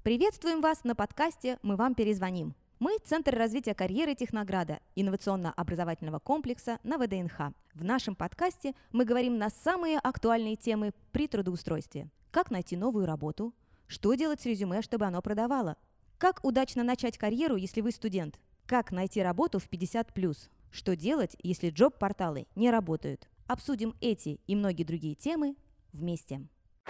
Приветствуем вас на подкасте «Мы вам перезвоним». Мы – Центр развития карьеры Технограда, инновационно-образовательного комплекса на ВДНХ. В нашем подкасте мы говорим на самые актуальные темы при трудоустройстве. Как найти новую работу? Что делать с резюме, чтобы оно продавало? Как удачно начать карьеру, если вы студент? Как найти работу в 50+? Что делать, если джоб-порталы не работают? Обсудим эти и многие другие темы вместе.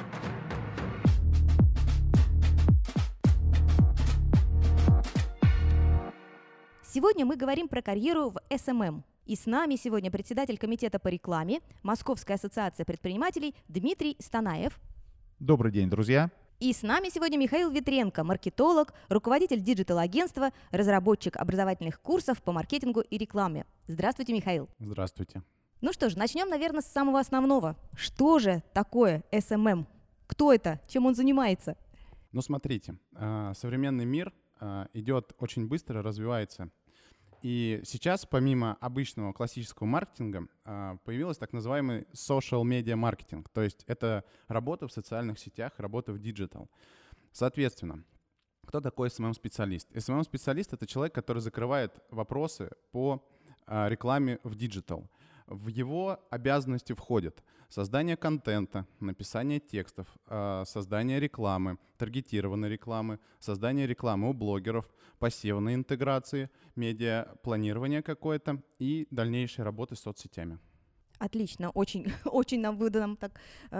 Сегодня мы говорим про карьеру в СММ. И с нами сегодня председатель комитета по рекламе Московской ассоциации предпринимателей Дмитрий Станаев. Добрый день, друзья. И с нами сегодня Михаил Ветренко, маркетолог, руководитель диджитал-агентства, разработчик образовательных курсов по маркетингу и рекламе. Здравствуйте, Михаил. Здравствуйте. Ну что ж, начнем, наверное, с самого основного. Что же такое СММ? Кто это? Чем он занимается? Ну, смотрите, современный мир идет очень быстро, развивается. И сейчас, помимо обычного классического маркетинга, появился так называемый social media маркетинг. То есть это работа в социальных сетях, работа в диджитал. Соответственно, кто такой SMM-специалист? SMM-специалист — это человек, который закрывает вопросы по рекламе в диджитал. В его обязанности входит создание контента, написание текстов, создание рекламы, таргетированной рекламы, создание рекламы у блогеров, пассивной интеграции, медиапланирование какое-то и дальнейшей работы с соцсетями. Отлично, очень, очень вы нам так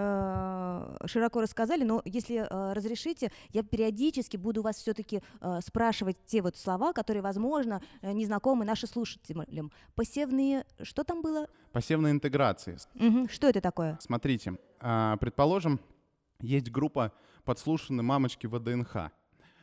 широко рассказали, но если разрешите, я периодически буду вас все-таки спрашивать те вот слова, которые, возможно, незнакомы нашим слушателям. Пассивные, что там было? Пассивная интеграция. Угу. Что это такое? Смотрите, предположим, есть группа подслушанной мамочки ВДНХ.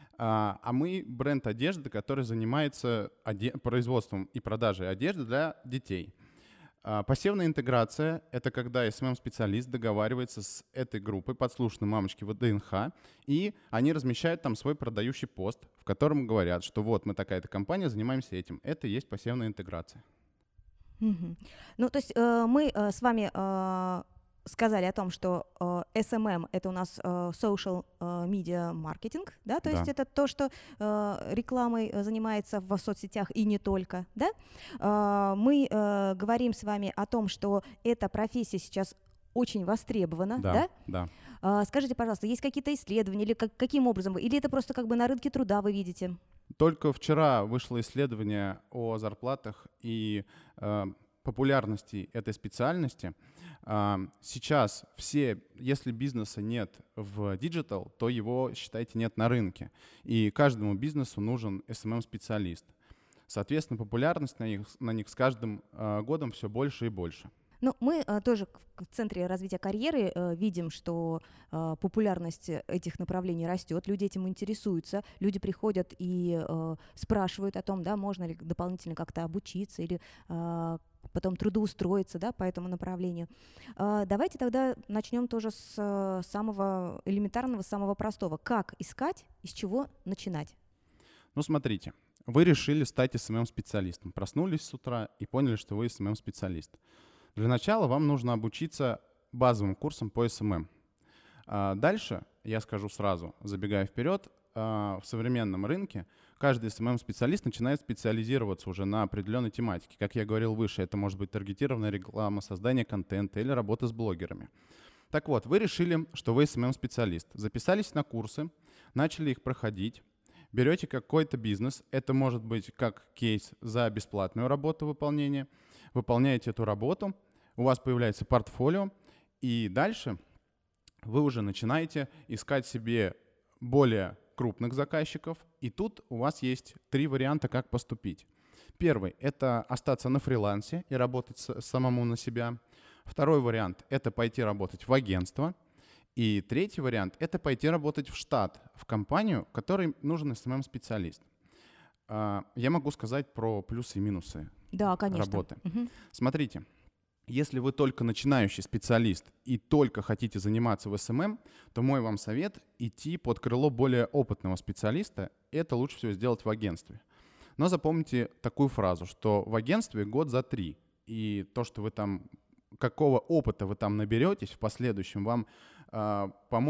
А мы бренд одежды, который занимается производством и продажей одежды для детей. Пассивная интеграция — это когда SMM-специалист договаривается с этой группой подслушанной мамочки ВДНХ, и они размещают там свой продающий пост, в котором говорят, что вот мы такая-то компания, занимаемся этим. Это и есть пассивная интеграция. Угу. Ну, то есть мы с вами сказали о том, что SMM — это у нас social media marketing, да, то есть это то, что рекламой занимается в соцсетях и не только, да. Мы говорим с вами о том, что эта профессия сейчас очень востребована, да? Да. Скажите, пожалуйста, есть какие-то исследования или каким образом, или это просто как бы на рынке труда вы видите? Только вчера вышло исследование о зарплатах и популярности этой специальности. Сейчас если бизнеса нет в диджитал, то его, считайте, нет на рынке. И каждому бизнесу нужен SMM-специалист. Соответственно, популярность на них с каждым годом все больше и больше. Ну, мы тоже в Центре развития карьеры видим, что популярность этих направлений растет, люди этим интересуются, люди приходят и спрашивают о том, да, можно ли дополнительно как-то обучиться или потом трудоустроиться, да, по этому направлению. Давайте тогда начнем тоже с самого элементарного, самого простого. Как искать, из чего начинать? Ну, смотрите, вы решили стать SMM-специалистом, проснулись с утра и поняли, что вы SMM-специалист. Для начала вам нужно обучиться базовым курсам по SMM. Дальше, я скажу сразу, забегая вперед, в современном рынке каждый SMM-специалист начинает специализироваться уже на определенной тематике. Как я говорил выше, это может быть таргетированная реклама, создание контента или работа с блогерами. Так вот, вы решили, что вы SMM-специалист, записались на курсы, начали их проходить, берете какой-то бизнес, это может быть как кейс за бесплатную работу выполнения, выполняете эту работу, у вас появляется портфолио, и дальше вы уже начинаете искать себе более крупных заказчиков, и тут у вас есть 3 варианта, как поступить. Первый — это остаться на фрилансе и работать самому на себя. Второй вариант — это пойти работать в агентство. И третий вариант — это пойти работать в штат, в компанию, которой нужен SMM-специалист. Я могу сказать про плюсы и минусы работы. Угу. Смотрите, если вы только начинающий специалист и только хотите заниматься в SMM, то мой вам совет — идти под крыло более опытного специалиста. Это лучше всего сделать в агентстве. Но запомните такую фразу, что в агентстве год за 3. И то, что вы там, какого опыта вы там наберетесь в последующем, вам поможет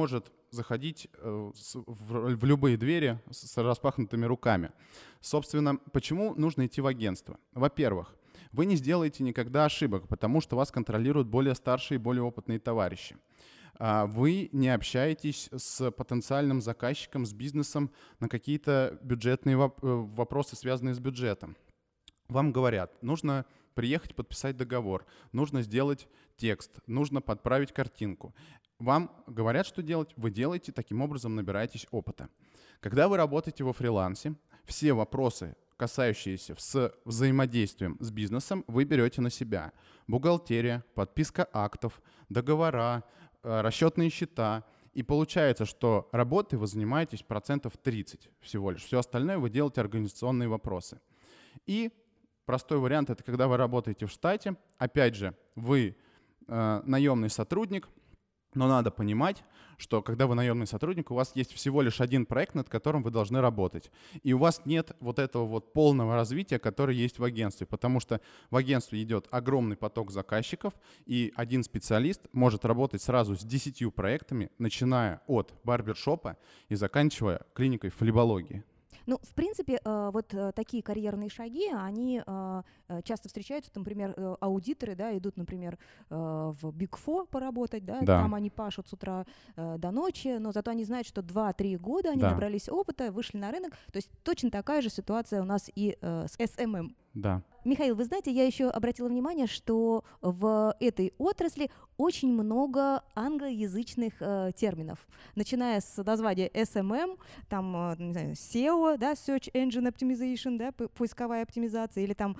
заходить в любые двери с распахнутыми руками. Собственно, почему нужно идти в агентство? Во-первых, вы не сделаете никогда ошибок, потому что вас контролируют более старшие и более опытные товарищи. Вы не общаетесь с потенциальным заказчиком, с бизнесом на какие-то бюджетные вопросы, связанные с бюджетом. Вам говорят, нужно приехать подписать договор, нужно сделать текст, нужно подправить картинку. Вам говорят, что делать, вы делаете, таким образом набираетесь опыта. Когда вы работаете во фрилансе, все вопросы, касающиеся с взаимодействием с бизнесом, вы берете на себя. Бухгалтерия, подписка актов, договора, расчетные счета. И получается, что работой вы занимаетесь 30% всего лишь. Все остальное вы делаете организационные вопросы. И простой вариант — это когда вы работаете в штате. Опять же, вы наемный сотрудник, но надо понимать, что когда вы наемный сотрудник, у вас есть всего лишь один проект, над которым вы должны работать. И у вас нет вот этого вот полного развития, которое есть в агентстве, потому что в агентстве идет огромный поток заказчиков, и один специалист может работать сразу с 10 проектами, начиная от барбершопа и заканчивая клиникой флебологии. Ну, в принципе, вот такие карьерные шаги, они часто встречаются, например, аудиторы, да, идут, например, в Big Four поработать, да, там они пашут с утра до ночи, но зато они знают, что 2-3 года они набрались опыта, вышли на рынок, то есть точно такая же ситуация у нас и с SMM. Да. Михаил, вы знаете, я еще обратила внимание, что в этой отрасли очень много англоязычных терминов, начиная с названия SMM, там, не знаю, SEO, да, Search Engine Optimization, да, поисковая оптимизация, или там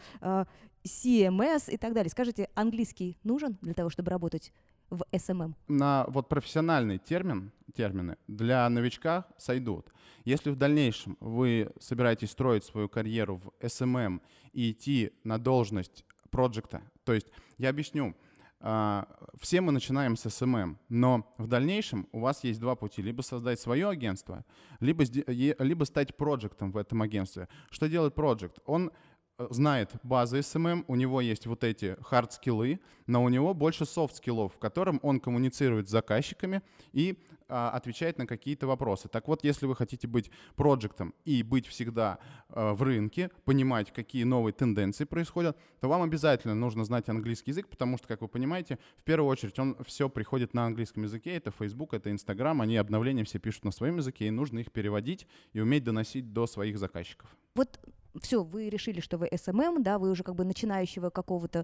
CMS и так далее. Скажите, английский нужен для того, чтобы работать в SMM? На вот профессиональные термины для новичка сойдут. Если в дальнейшем вы собираетесь строить свою карьеру в SMM и идти на должность проекта, то есть я объясню, все мы начинаем с SMM, но в дальнейшем у вас есть два пути: либо создать свое агентство, либо стать проектом в этом агентстве. Что делает проект? Он знает базы SMM, у него есть вот эти хард-скиллы, но у него больше софт-скиллов, в котором он коммуницирует с заказчиками и отвечает на какие-то вопросы. Так вот, если вы хотите быть проектом и быть всегда в рынке, понимать, какие новые тенденции происходят, то вам обязательно нужно знать английский язык, потому что, как вы понимаете, в первую очередь он все приходит на английском языке. Это Facebook, это Instagram, они обновления все пишут на своем языке, и нужно их переводить и уметь доносить до своих заказчиков. Вот все, вы решили, что вы SMM, да, вы уже как бы начинающего какого-то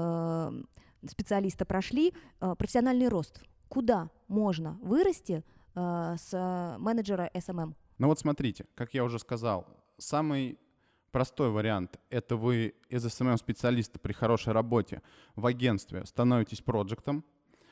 специалиста прошли. Профессиональный рост. Куда можно вырасти с менеджера SMM? Ну вот смотрите, как я уже сказал, самый простой вариант — это вы из SMM-специалиста при хорошей работе в агентстве становитесь проектом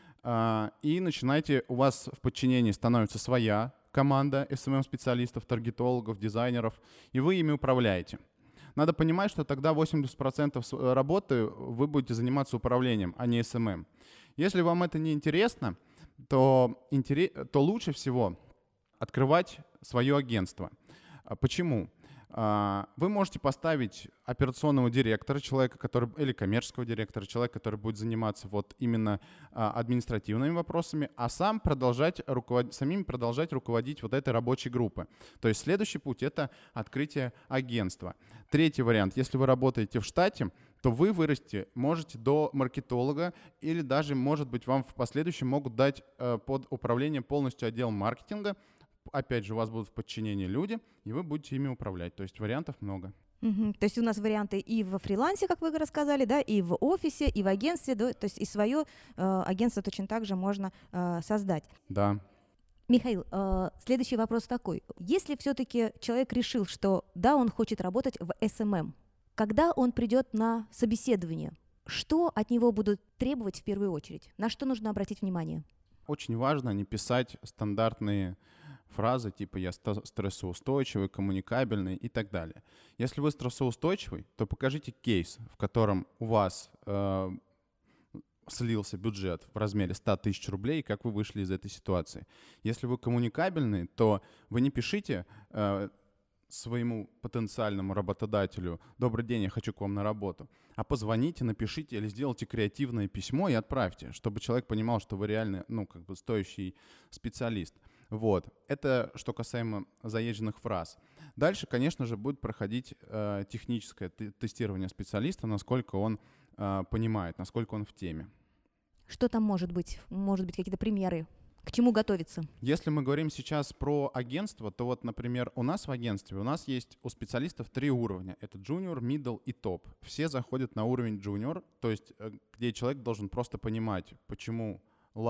и начинаете, у вас в подчинении становится своя команда SMM-специалистов, таргетологов, дизайнеров, и вы ими управляете. Надо понимать, что тогда 80% работы вы будете заниматься управлением, а не SMM. Если вам это не интересно, то лучше всего открывать свое агентство. Почему? Вы можете поставить операционного директора, человека, или коммерческого директора, человека, который будет заниматься вот именно административными вопросами, а самим продолжать руководить вот этой рабочей группой. То есть следующий путь — это открытие агентства. Третий вариант: если вы работаете в штате, то вы вырасти можете до маркетолога, или даже, может быть, вам в последующем могут дать под управление полностью отдел маркетинга. Опять же, у вас будут в подчинении люди, и вы будете ими управлять. То есть вариантов много. То есть у нас варианты и во фрилансе, как вы рассказали, да, и в офисе, и в агентстве, да, то есть и свое агентство точно так же можно создать. Да. Михаил, следующий вопрос такой. Если все-таки человек решил, что да, он хочет работать в SMM, когда он придет на собеседование, что от него будут требовать в первую очередь? На что нужно обратить внимание? Очень важно не писать стандартные фразы типа «я стрессоустойчивый», «коммуникабельный» и так далее. Если вы стрессоустойчивый, то покажите кейс, в котором у вас слился бюджет в размере 100 тысяч рублей, и как вы вышли из этой ситуации. Если вы коммуникабельный, то вы не пишите своему потенциальному работодателю «Добрый день, я хочу к вам на работу», а позвоните, напишите или сделайте креативное письмо и отправьте, чтобы человек понимал, что вы реально, стоящий специалист. Вот. Это что касаемо заезженных фраз. Дальше, конечно же, будет проходить техническое тестирование специалиста, насколько он понимает, насколько он в теме. Что там может быть? Может быть, какие-то примеры? К чему готовиться? Если мы говорим сейчас про агентство, то вот, например, у нас в агентстве, у нас есть у специалистов 3 уровня. Это junior, middle и топ. Все заходят на уровень junior, то есть где человек должен просто понимать, почему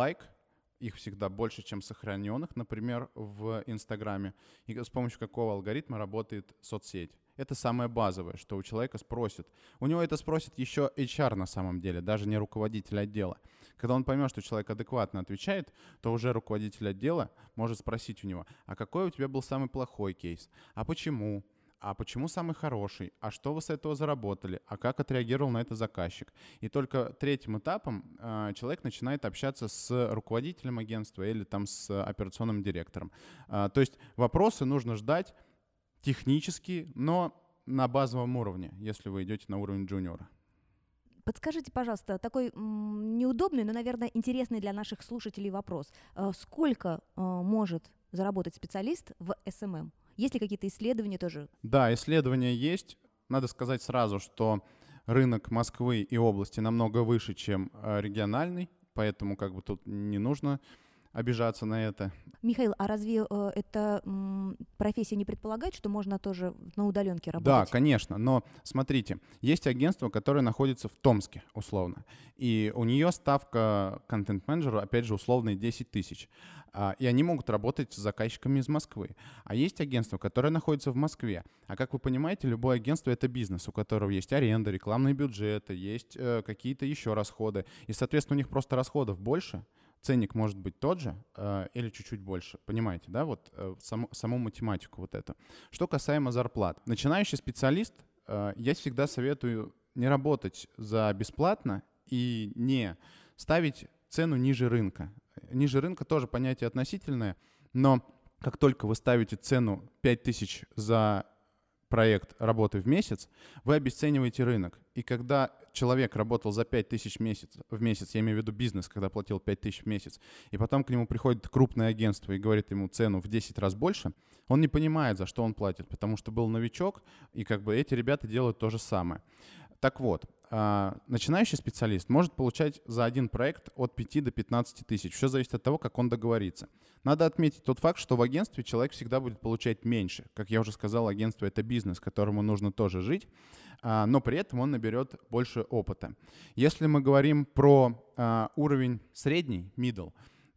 их всегда больше, чем сохраненных, например, в Инстаграме, и с помощью какого алгоритма работает соцсеть. Это самое базовое, что у человека спросят. У него это спросит еще HR на самом деле, даже не руководитель отдела. Когда он поймет, что человек адекватно отвечает, то уже руководитель отдела может спросить у него, а какой у тебя был самый плохой кейс? А почему? А почему самый хороший? А что вы с этого заработали? А как отреагировал на это заказчик? И только третьим этапом человек начинает общаться с руководителем агентства или там с операционным директором. То есть вопросы нужно ждать технические, но на базовом уровне, если вы идете на уровень джуниора. Подскажите, пожалуйста, такой неудобный, но, наверное, интересный для наших слушателей вопрос. Сколько может заработать специалист в СММ? Есть ли какие-то исследования тоже? Да, исследования есть. Надо сказать сразу, что рынок Москвы и области намного выше, чем региональный, поэтому как бы тут не нужно обижаться на это. Михаил, а разве эта профессия не предполагает, что можно тоже на удаленке работать? Да, конечно, но смотрите, есть агентство, которое находится в Томске, условно, и у нее ставка контент-менеджера, опять же, условные 10 тысяч, и они могут работать с заказчиками из Москвы. А есть агентство, которое находится в Москве. А как вы понимаете, любое агентство — это бизнес, у которого есть аренда, рекламные бюджеты, есть какие-то еще расходы, и, соответственно, у них просто расходов больше. Ценник может быть тот же или чуть-чуть больше. Понимаете, да, вот саму математику вот эту. Что касаемо зарплат. Начинающий специалист, я всегда советую не работать за бесплатно и не ставить цену ниже рынка. Ниже рынка тоже понятие относительное, но как только вы ставите цену 5000 за проект работы в месяц, вы обесцениваете рынок. И когда человек работал за 5000 в месяц, я имею в виду бизнес, когда платил 5000 в месяц, и потом к нему приходит крупное агентство и говорит ему цену в 10 раз больше, он не понимает, за что он платит, потому что был новичок, и как бы эти ребята делают то же самое. Так вот, начинающий специалист может получать за один проект от 5 до 15 тысяч. Все зависит от того, как он договорится. Надо отметить тот факт, что в агентстве человек всегда будет получать меньше. Как я уже сказал, агентство — это бизнес, которому нужно тоже жить, но при этом он наберет больше опыта. Если мы говорим про уровень средний, middle,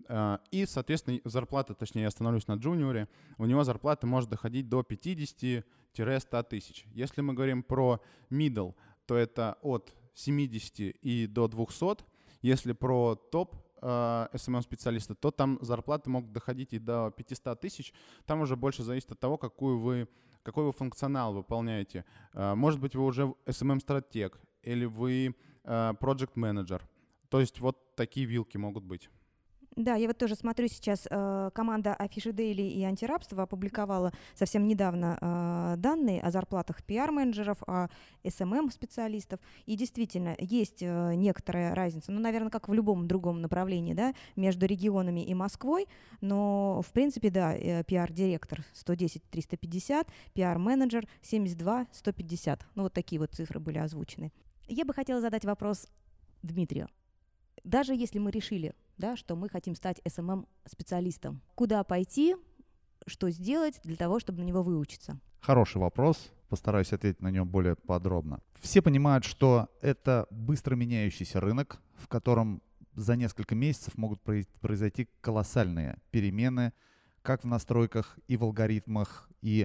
и, соответственно, зарплата, точнее, я остановлюсь на джуниоре, у него зарплата может доходить до 50-100 тысяч. Если мы говорим про middle, то это от 70 и до 200. Если про топ SMM-специалиста, то там зарплаты могут доходить и до 500 тысяч. Там уже больше зависит от того, какой вы функционал выполняете. Может быть, вы уже SMM-стратег или вы project-менеджер. То есть вот такие вилки могут быть. Да, я вот тоже смотрю сейчас, команда Афиши Дейли и Антирабство опубликовала совсем недавно данные о зарплатах PR-менеджеров, о SMM-специалистов. И действительно, есть некоторая разница, наверное, как в любом другом направлении, да, между регионами и Москвой. Но, в принципе, да, PR-директор 110-350, PR-менеджер 72-150. Вот такие вот цифры были озвучены. Я бы хотела задать вопрос Дмитрию. Даже если мы решили, да, что мы хотим стать SMM-специалистом, куда пойти, что сделать для того, чтобы на него выучиться? Хороший вопрос. Постараюсь ответить на него более подробно. Все понимают, что это быстро меняющийся рынок, в котором за несколько месяцев могут произойти колоссальные перемены как в настройках и в алгоритмах, и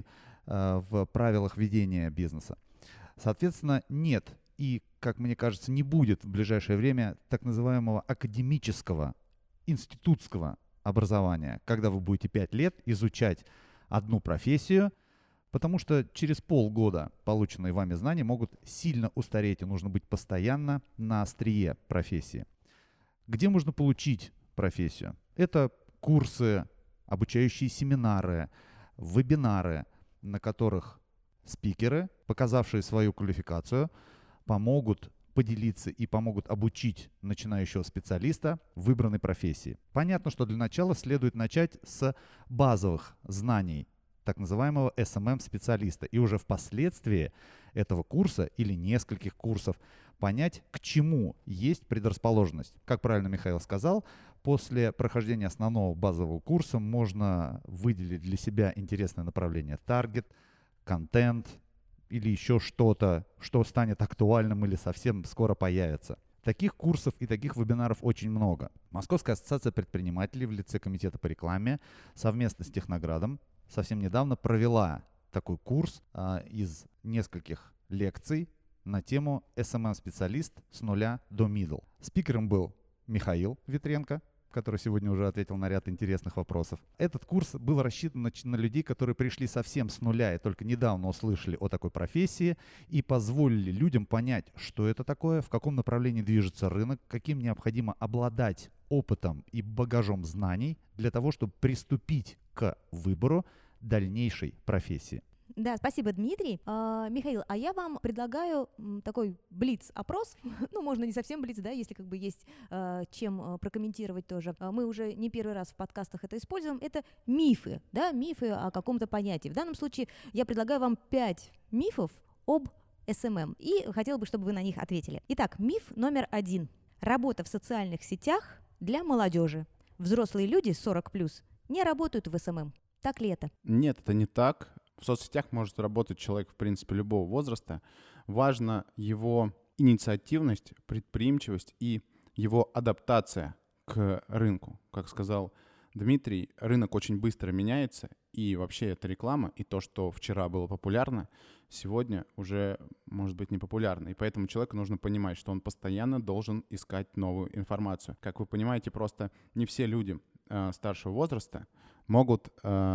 в правилах ведения бизнеса. Соответственно, нет и, как мне кажется, не будет в ближайшее время так называемого академического, институтского образования, когда вы будете 5 лет изучать одну профессию, потому что через полгода полученные вами знания могут сильно устареть, и нужно быть постоянно на острие профессии. Где можно получить профессию? Это курсы, обучающие семинары, вебинары, на которых спикеры, показавшие свою квалификацию, помогут поделиться и помогут обучить начинающего специалиста выбранной профессии. Понятно, что для начала следует начать с базовых знаний так называемого SMM-специалиста. И уже впоследствии этого курса или нескольких курсов понять, к чему есть предрасположенность. Как правильно Михаил сказал, после прохождения основного базового курса можно выделить для себя интересное направление таргет, контент или еще что-то, что станет актуальным или совсем скоро появится. Таких курсов и таких вебинаров очень много. Московская ассоциация предпринимателей в лице комитета по рекламе совместно с Техноградом совсем недавно провела такой курс из нескольких лекций на тему SMM-специалист с нуля до middle. Спикером был Михаил Ветренко, который сегодня уже ответил на ряд интересных вопросов. Этот курс был рассчитан на людей, которые пришли совсем с нуля и только недавно услышали о такой профессии и позволили людям понять, что это такое, в каком направлении движется рынок, каким необходимо обладать опытом и багажом знаний для того, чтобы приступить к выбору дальнейшей профессии. Да, спасибо, Дмитрий. Михаил, а я вам предлагаю такой блиц-опрос. Ну, можно не совсем блиц, да, если как бы есть чем прокомментировать тоже. Мы уже не первый раз в подкастах это используем. Это мифы, да, мифы о каком-то понятии. В данном случае я предлагаю вам 5 мифов об SMM. И хотела бы, чтобы вы на них ответили. Итак, миф номер 1. Работа в социальных сетях для молодежи. Взрослые люди 40+, не работают в SMM. Так ли это? Нет, это не так. В соцсетях может работать человек, в принципе, любого возраста. Важна его инициативность, предприимчивость и его адаптация к рынку. Как сказал Дмитрий, рынок очень быстро меняется, и вообще эта реклама, и то, что вчера было популярно, сегодня уже может быть не популярно. И поэтому человеку нужно понимать, что он постоянно должен искать новую информацию. Как вы понимаете, просто не все люди старшего возраста могут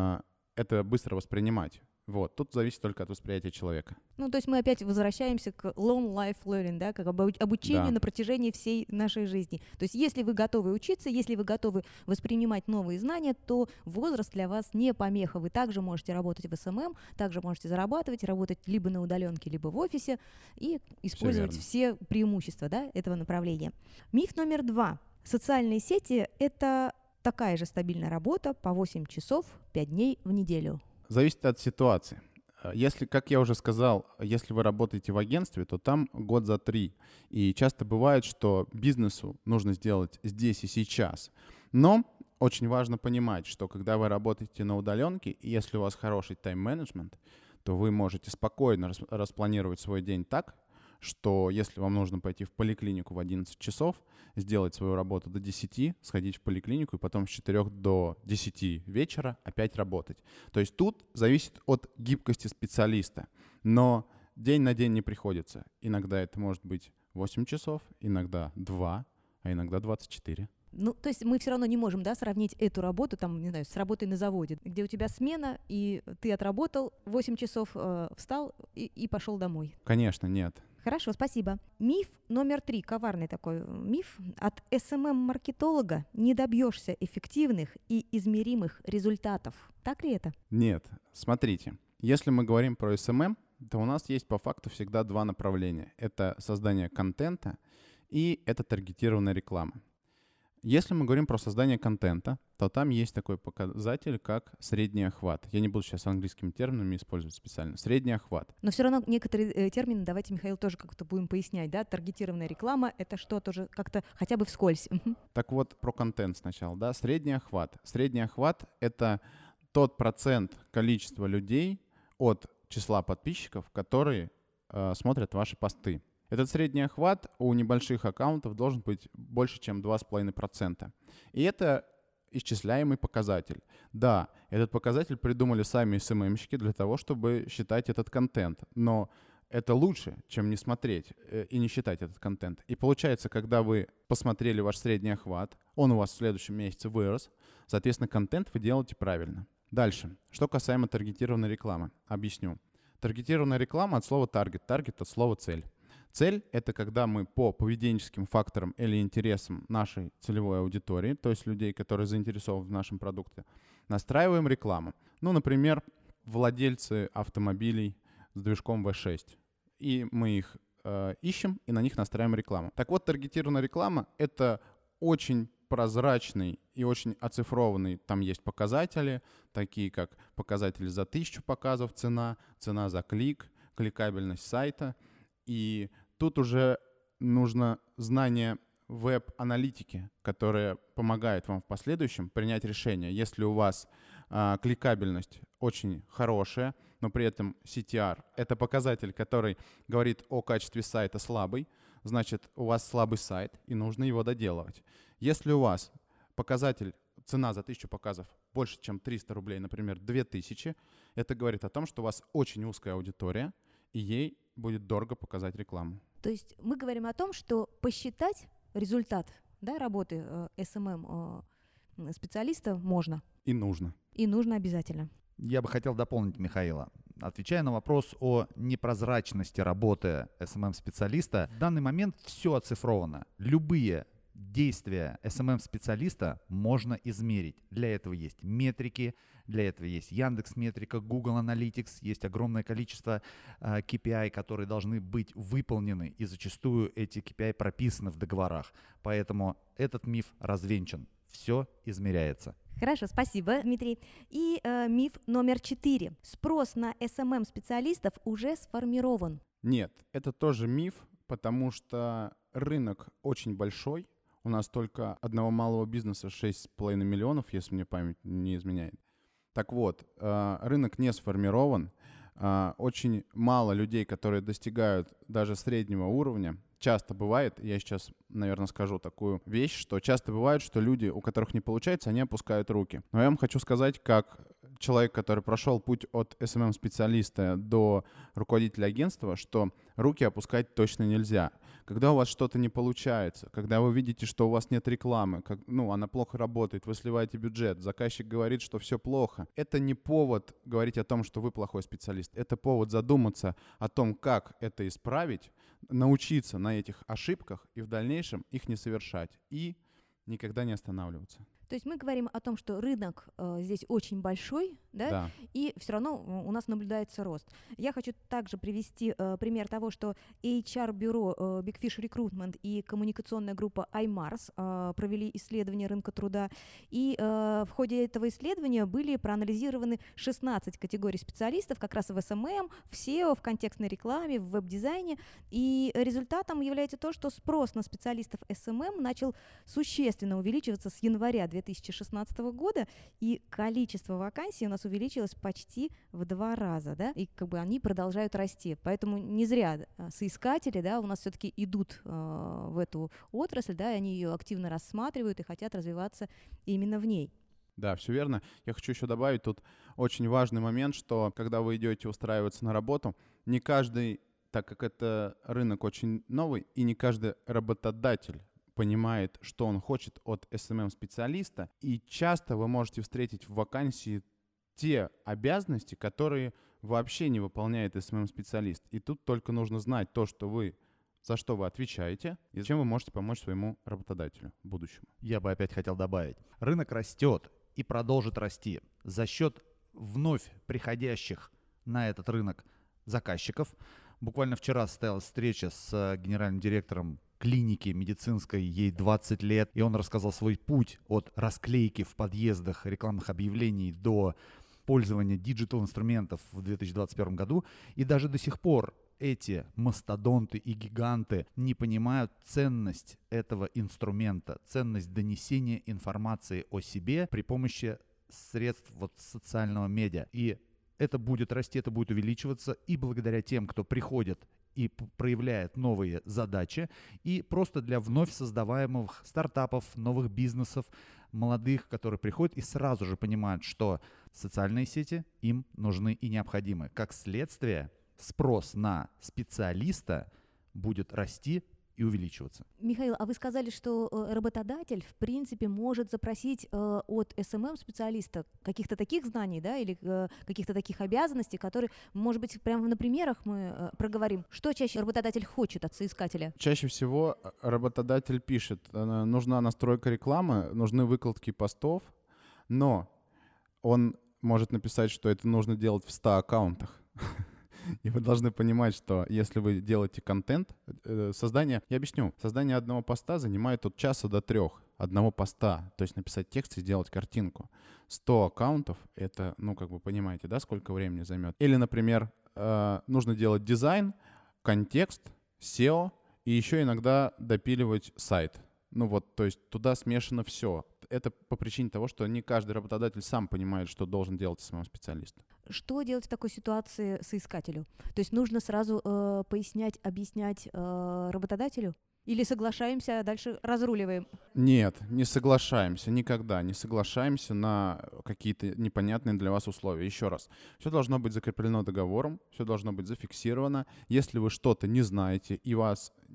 это быстро воспринимать. Вот. Тут зависит только от восприятия человека. Ну, то есть мы опять возвращаемся к long life learning, да, как обучению на протяжении всей нашей жизни. То есть если вы готовы учиться, если вы готовы воспринимать новые знания, то возраст для вас не помеха. Вы также можете работать в СММ, также можете зарабатывать, работать либо на удаленке, либо в офисе и использовать все преимущества, да, этого направления. Миф номер 2. Социальные сети — это такая же стабильная работа по 8 часов 5 дней в неделю. Зависит от ситуации. Если, как я уже сказал, если вы работаете в агентстве, то там год за 3. И часто бывает, что бизнесу нужно сделать здесь и сейчас. Но очень важно понимать, что когда вы работаете на удаленке, и если у вас хороший тайм-менеджмент, то вы можете спокойно распланировать свой день так, что если вам нужно пойти в поликлинику в 11 часов, сделать свою работу до 10, сходить в поликлинику и потом с 4 до 10 вечера опять работать. То есть тут зависит от гибкости специалиста. Но день на день не приходится. Иногда это может быть 8 часов, иногда 2, а иногда 24. Ну, то есть мы все равно не можем, да, сравнить эту работу, там, не знаю, с работой на заводе, где у тебя смена, и ты отработал 8 часов, встал и пошел домой. Конечно, нет. Хорошо, спасибо. Миф номер 3, коварный такой миф. От SMM-маркетолога не добьешься эффективных и измеримых результатов. Так ли это? Нет. Смотрите, если мы говорим про SMM, то у нас есть по факту всегда 2 направления. Это создание контента и это таргетированная реклама. Если мы говорим про создание контента, то там есть такой показатель, как средний охват. Я не буду сейчас английскими терминами использовать специально. Средний охват. Но все равно некоторые термины давайте, Михаил, тоже как-то будем пояснять, да? Таргетированная реклама — это что тоже как-то хотя бы вскользь. Так вот, про контент сначала, да? Средний охват. Средний охват — это тот процент количества людей от числа подписчиков, которые смотрят ваши посты. Этот средний охват у небольших аккаунтов должен быть больше, чем 2,5%. И это исчисляемый показатель. Да, этот показатель придумали сами SMM-щики для того, чтобы считать этот контент. Но это лучше, чем не смотреть и не считать этот контент. И получается, когда вы посмотрели ваш средний охват, он у вас в следующем месяце вырос, соответственно, контент вы делаете правильно. Дальше. Что касаемо таргетированной рекламы. Объясню. Таргетированная реклама от слова target. Target от слова цель. Цель — это когда мы по поведенческим факторам или интересам нашей целевой аудитории, то есть людей, которые заинтересованы в нашем продукте, настраиваем рекламу. Ну, например, владельцы автомобилей с движком V6. И мы их ищем и на них настраиваем рекламу. Так вот, таргетированная реклама — это очень прозрачный и очень оцифрованный. Там есть показатели, такие как показатели за 1000 показов цена за клик, кликабельность сайта. И тут уже нужно знание веб-аналитики, которая помогает вам в последующем принять решение. Если у вас кликабельность очень хорошая, но при этом CTR — это показатель, который говорит о качестве сайта слабый, значит, у вас слабый сайт, и нужно его доделывать. Если у вас показатель цена за 1000 показов больше, чем 300 рублей, например, 2000, это говорит о том, что у вас очень узкая аудитория, и ей будет дорого показать рекламу. То есть мы говорим о том, что посчитать результат, да, работы специалиста можно. И нужно. И нужно обязательно. Я бы хотел дополнить Михаила. Отвечая на вопрос о непрозрачности работы SMM-специалиста, в данный момент все оцифровано. Любые действия SMM-специалиста можно измерить. Для этого есть метрики, для этого есть Яндекс.Метрика, Google Analytics, есть огромное количество KPI, которые должны быть выполнены, и зачастую эти KPI прописаны в договорах. Поэтому этот миф развенчан. Все измеряется. Хорошо, спасибо, Дмитрий. И миф номер 4. Спрос на SMM-специалистов уже сформирован. Нет, это тоже миф, потому что рынок очень большой. У нас только одного малого бизнеса 6,5 миллионов, если мне память не изменяет. Так вот, рынок не сформирован. Очень мало людей, которые достигают даже среднего уровня. Часто бывает, я сейчас, наверное, скажу такую вещь, что часто бывает, что люди, у которых не получается, они опускают руки. Но я вам хочу сказать, как человек, который прошел путь от SMM-специалиста до руководителя агентства, что руки опускать точно нельзя. Когда у вас что-то не получается, когда вы видите, что у вас нет рекламы, она плохо работает, вы сливаете бюджет, заказчик говорит, что все плохо, это не повод говорить о том, что вы плохой специалист. Это повод задуматься о том, как это исправить, научиться на этих ошибках и в дальнейшем их не совершать и никогда не останавливаться. То есть мы говорим о том, что рынок здесь очень большой, да, и все равно у нас наблюдается рост. Я хочу также привести пример того, что HR-бюро Big Fish Recruitment и коммуникационная группа iMars провели исследование рынка труда, и в ходе этого исследования были проанализированы 16 категорий специалистов как раз в SMM, в SEO, в контекстной рекламе, в веб-дизайне, и результатом является то, что спрос на специалистов SMM начал существенно увеличиваться с января 2016 года, и количество вакансий у нас увеличилось почти в 2 раза, да, и они продолжают расти. Поэтому не зря соискатели, да, у нас все-таки идут в эту отрасль, да, и они ее активно рассматривают и хотят развиваться именно в ней. Да, все верно. Я хочу еще добавить тут очень важный момент, что когда вы идете устраиваться на работу, не каждый, так как это рынок очень новый, и не каждый работодатель понимает, что он хочет от SMM-специалиста, и часто вы можете встретить в вакансии те обязанности, которые вообще не выполняет SMM-специалист. И тут только нужно знать то, за что вы отвечаете, и чем вы можете помочь своему работодателю в будущем. Я бы опять хотел добавить. Рынок растет и продолжит расти за счет вновь приходящих на этот рынок заказчиков. Буквально вчера состоялась встреча с генеральным директором клиники медицинской, ей 20 лет, и он рассказал свой путь от расклейки в подъездах рекламных объявлений до пользования диджитал-инструментов в 2021 году, и даже до сих пор эти мастодонты и гиганты не понимают ценность этого инструмента, ценность донесения информации о себе при помощи средств социального медиа. И это будет расти, это будет увеличиваться, и благодаря тем, кто приходит и проявляет новые задачи, и просто для вновь создаваемых стартапов, новых бизнесов, молодых, которые приходят и сразу же понимают, что социальные сети им нужны и необходимы. Как следствие, спрос на специалиста будет расти и увеличиваться. Михаил, а вы сказали, что работодатель, в принципе, может запросить от SMM-специалиста каких-то таких знаний, да, или каких-то таких обязанностей, которые, может быть, прямо на примерах мы проговорим. Что чаще работодатель хочет от соискателя? Чаще всего работодатель пишет, нужна настройка рекламы, нужны выкладки постов, но он может написать, что это нужно делать в 100 аккаунтах. И вы должны понимать, что если вы делаете контент, создание одного поста занимает от часа до 3 одного поста. То есть написать текст и сделать картинку. 100 аккаунтов — это, понимаете, да, сколько времени займет. Или, например, нужно делать дизайн, контекст, SEO и еще иногда допиливать сайт. То есть туда смешано все. Это по причине того, что не каждый работодатель сам понимает, что должен делать самому специалисту. Что делать в такой ситуации соискателю? То есть нужно сразу пояснять, объяснять работодателю? Или соглашаемся, а дальше разруливаем? Нет, не соглашаемся, никогда не соглашаемся на какие-то непонятные для вас условия. Еще раз, все должно быть закреплено договором, все должно быть зафиксировано. Если вы что-то не знаете и вы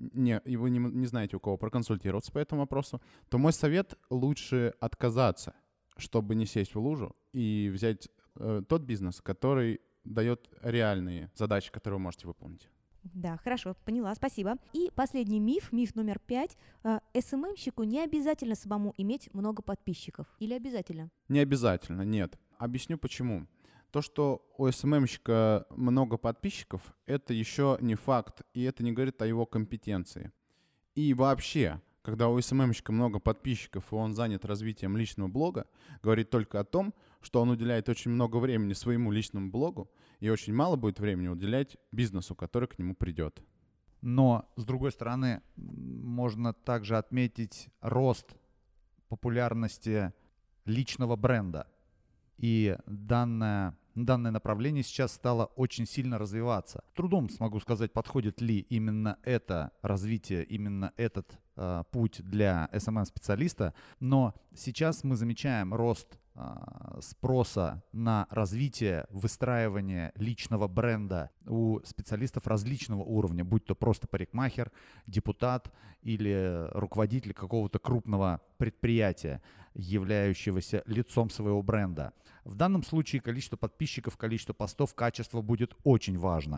не знаете, у кого проконсультироваться по этому вопросу, то мой совет — лучше отказаться, чтобы не сесть в лужу и взять тот бизнес, который дает реальные задачи, которые вы можете выполнить. Да, хорошо, поняла, спасибо. И последний миф номер 5. СММщику не обязательно самому иметь много подписчиков. Или обязательно? Не обязательно, нет. Объясню почему. То, что у СММщика много подписчиков, это еще не факт, и это не говорит о его компетенции. И вообще, когда у СММщика много подписчиков, и он занят развитием личного блога, говорит только о том, что он уделяет очень много времени своему личному блогу и очень мало будет времени уделять бизнесу, который к нему придет. Но, с другой стороны, можно также отметить рост популярности личного бренда. И данное направление сейчас стало очень сильно развиваться. Трудом смогу сказать, подходит ли именно это развитие, именно этот путь для SMM-специалиста, но сейчас мы замечаем рост спроса на развитие, выстраивание личного бренда у специалистов различного уровня, будь то просто парикмахер, депутат или руководитель какого-то крупного предприятия, являющегося лицом своего бренда. В данном случае количество подписчиков, количество постов, качество будет очень важно.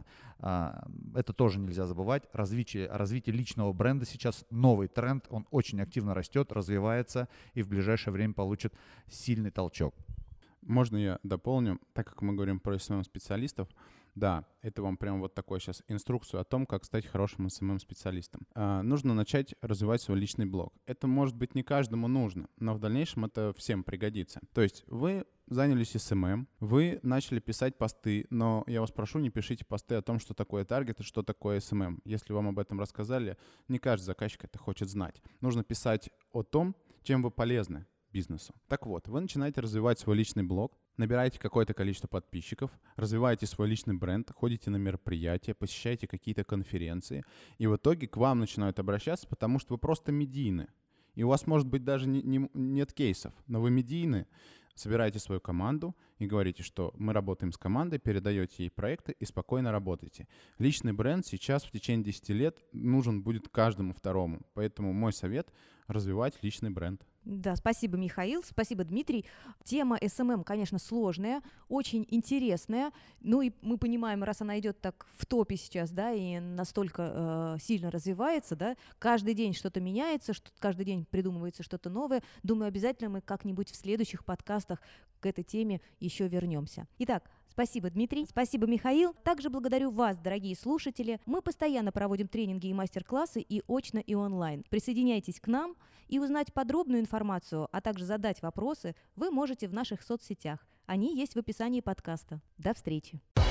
Это тоже нельзя забывать. Развитие личного бренда сейчас новый тренд, он очень активно растет, развивается и в ближайшее время получит сильный толчок. Можно я дополню, так как мы говорим про SMM-специалистов, да, это вам прям вот такой сейчас инструкцию о том, как стать хорошим SMM-специалистом. Нужно начать развивать свой личный блог. Это, может быть, не каждому нужно, но в дальнейшем это всем пригодится. То есть вы занялись SMM, вы начали писать посты, но я вас прошу, не пишите посты о том, что такое таргет и что такое SMM. Если вам об этом рассказали, не каждый заказчик это хочет знать. Нужно писать о том, чем вы полезны бизнесу. Так вот, вы начинаете развивать свой личный блог, набираете какое-то количество подписчиков, развиваете свой личный бренд, ходите на мероприятия, посещаете какие-то конференции, и в итоге к вам начинают обращаться, потому что вы просто медийны. И у вас, может быть, даже нет кейсов, но вы медийны, собираете свою команду и говорите, что мы работаем с командой, передаете ей проекты и спокойно работаете. Личный бренд сейчас в течение 10 лет нужен будет каждому второму. Поэтому мой совет — развивать личный бренд. Да, спасибо, Михаил, спасибо, Дмитрий. Тема СММ, конечно, сложная, очень интересная. Ну и мы понимаем, раз она идет так в топе сейчас, да, и настолько сильно развивается, да, каждый день что-то меняется, каждый день придумывается что-то новое. Думаю, обязательно мы как-нибудь в следующих подкастах к этой теме еще вернемся. Итак, спасибо, Дмитрий. Спасибо, Михаил. Также благодарю вас, дорогие слушатели. Мы постоянно проводим тренинги и мастер-классы и очно, и онлайн. Присоединяйтесь к нам, и узнать подробную информацию, а также задать вопросы вы можете в наших соцсетях. Они есть в описании подкаста. До встречи.